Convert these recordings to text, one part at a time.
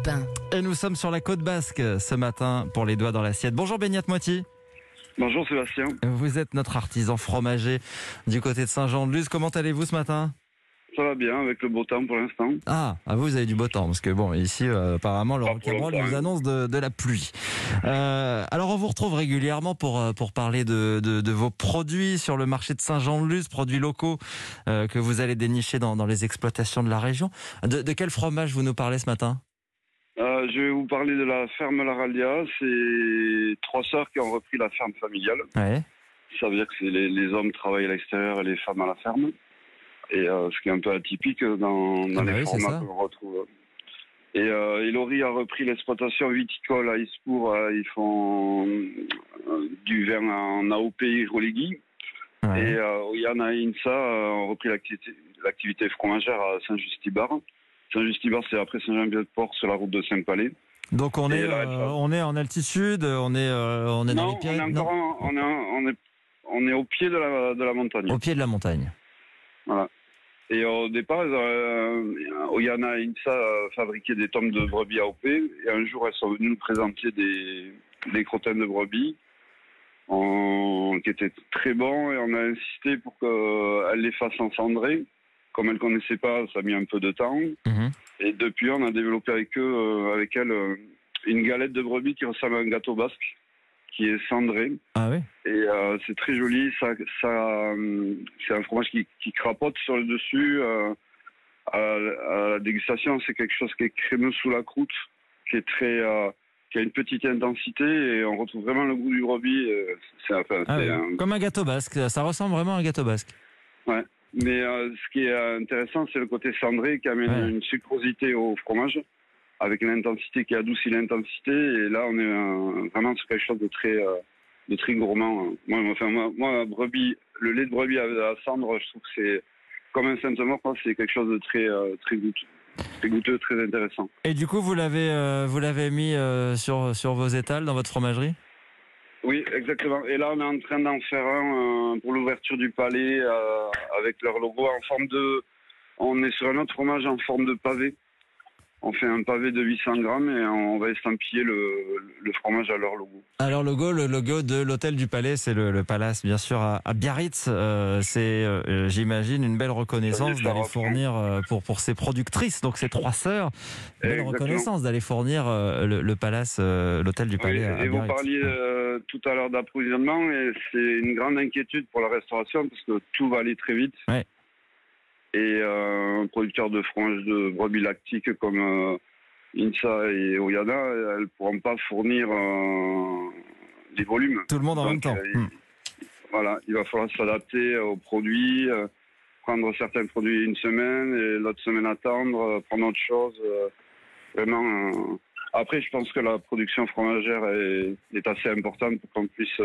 1. Et nous sommes sur la côte basque ce matin pour les doigts dans l'assiette. Bonjour Beñat Moiti. Bonjour Sébastien. Vous êtes notre artisan fromager du côté de Saint-Jean-de-Luz. Comment allez-vous ce matin ? Ça va bien avec le beau temps pour l'instant. Vous avez du beau temps parce que bon, ici apparemment le rock'n'roll nous annonce de la pluie. Alors on vous retrouve régulièrement pour parler de vos produits sur le marché de Saint-Jean-de-Luz, produits locaux que vous allez dénicher dans les exploitations de la région. De quel fromage vous nous parlez ce matin ? Je vais vous parler de la ferme Laralia. C'est 3 sœurs qui ont repris la ferme familiale. Ouais. Ça veut dire que c'est les hommes travaillent à l'extérieur et les femmes à la ferme. Et ce qui est un peu atypique dans les formats que l'on retrouve. Et Ilori a repris l'exploitation viticole à Ispour. Ils font du vin en AOP Roligui. Ouais. Et Oyana et Insa ont repris l'activité fromagère à Saint-Justibar. Saint-Justibar, c'est après Saint-Jean-Pied-de-Port sur la route de Saint-Palais. Donc on est en altitude, on est dans les Pyrénées. On est au pied de la montagne. Au pied de la montagne. Voilà. Et au départ, Oyana et Insa fabriquaient des tomes de brebis AOP. Et un jour, elles sont venues nous présenter des crottins de brebis qui étaient très bons. Et on a insisté pour qu'elles les fassent encendrer. Comme elles ne connaissaient pas, ça a mis un peu de temps. Mmh. Et depuis, on a développé avec elles, une galette de brebis qui ressemble à un gâteau basque, qui est cendré. Ah oui. Et c'est très joli. C'est un fromage qui crapote sur le dessus. À la dégustation, c'est quelque chose qui est crémeux sous la croûte, qui a une petite intensité, et on retrouve vraiment le goût du brebis. Comme un gâteau basque. Ça ressemble vraiment à un gâteau basque. Ouais. Mais ce qui est intéressant, c'est le côté cendré qui amène une sucrosité au fromage, avec une intensité qui adoucit l'intensité. Et là, on est vraiment sur quelque chose de très gourmand. Moi, le lait de brebis à la cendre, je trouve que c'est comme un Sainte-Mort, c'est quelque chose de très goûteux, très intéressant. Et du coup, vous l'avez mis sur vos étals dans votre fromagerie ? Oui, exactement. Et là, on est en train d'en faire un pour l'ouverture du palais avec leur logo en forme de... On est sur un autre fromage en forme de pavé. On fait un pavé de 800 grammes et on va estampiller le fromage à leur logo. Alors le logo de l'hôtel du Palais, c'est le Palace, bien sûr, à Biarritz. C'est, j'imagine, une belle reconnaissance d'aller fournir pour ces productrices, donc ces 3 sœurs, une belle reconnaissance d'aller fournir le Palace, l'hôtel du Palais à Biarritz. Et vous parliez tout à l'heure d'approvisionnement, et c'est une grande inquiétude pour la restauration parce que tout va aller très vite. Ouais. Et un producteur de fromage de brebis lactique comme Insa et Oyana, elles ne pourront pas fournir les volumes. Tout le monde en même temps. Voilà, il va falloir s'adapter aux produits, prendre certains produits une semaine et l'autre semaine attendre, prendre autre chose. Vraiment. Après, je pense que la production fromagère est assez importante pour qu'on puisse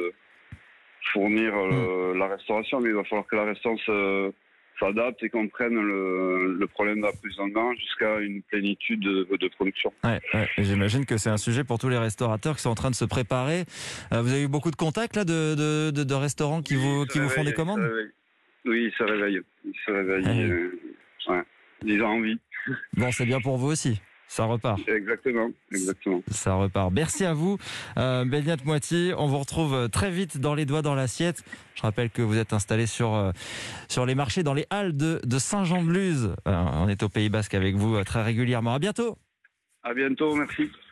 fournir la restauration, mais il va falloir que la restauration s'adapte et qu'on prenne le problème d'approvisionnement jusqu'à une plénitude de production. Ouais. J'imagine que c'est un sujet pour tous les restaurateurs qui sont en train de se préparer. Vous avez eu beaucoup de contacts là, de restaurants qui vous font des commandes ? Oui, ils se réveillent. Ils ont envie. Bon, c'est bien pour vous aussi. Ça repart. Exactement. Ça repart. Merci à vous, Beñat Moiti. On vous retrouve très vite dans les doigts dans l'assiette. Je rappelle que vous êtes installé sur les marchés, dans les halles de Saint-Jean-de-Luz. On est au Pays Basque avec vous très régulièrement. À bientôt. À bientôt, merci.